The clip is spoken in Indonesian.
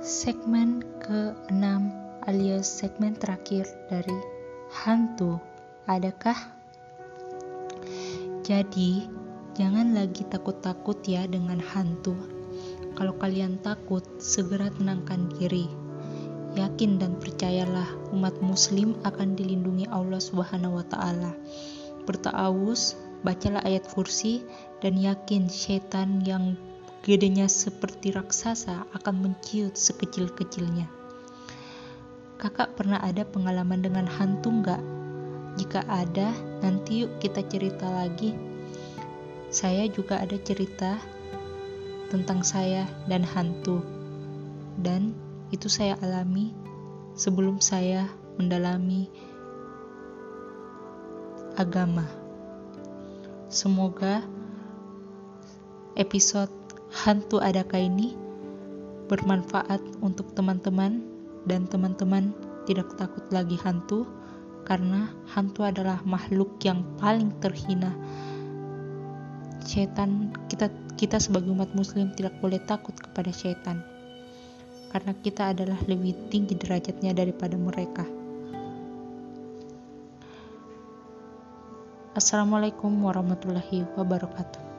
Segmen ke-6 alias segmen terakhir dari hantu. Adakah? Jadi, jangan lagi takut-takut ya dengan hantu. Kalau kalian takut, segera tenangkan diri. Yakin dan percayalah, umat muslim akan dilindungi Allah Subhanahu wa taala. Berta'awuz, bacalah ayat kursi dan yakin setan yang gedenya seperti raksasa akan menciut sekecil-kecilnya. Kakak pernah ada pengalaman dengan hantu enggak? Jika ada, nanti yuk kita cerita lagi. Saya juga ada cerita tentang saya dan hantu. Dan itu saya alami sebelum saya mendalami agama. Semoga episode Hantu Adakah ini bermanfaat untuk teman-teman dan teman-teman tidak takut lagi hantu, karena hantu adalah makhluk yang paling terhina. Setan, kita sebagai umat muslim tidak boleh takut kepada setan, karena kita adalah lebih tinggi derajatnya daripada mereka. Assalamualaikum warahmatullahi wabarakatuh.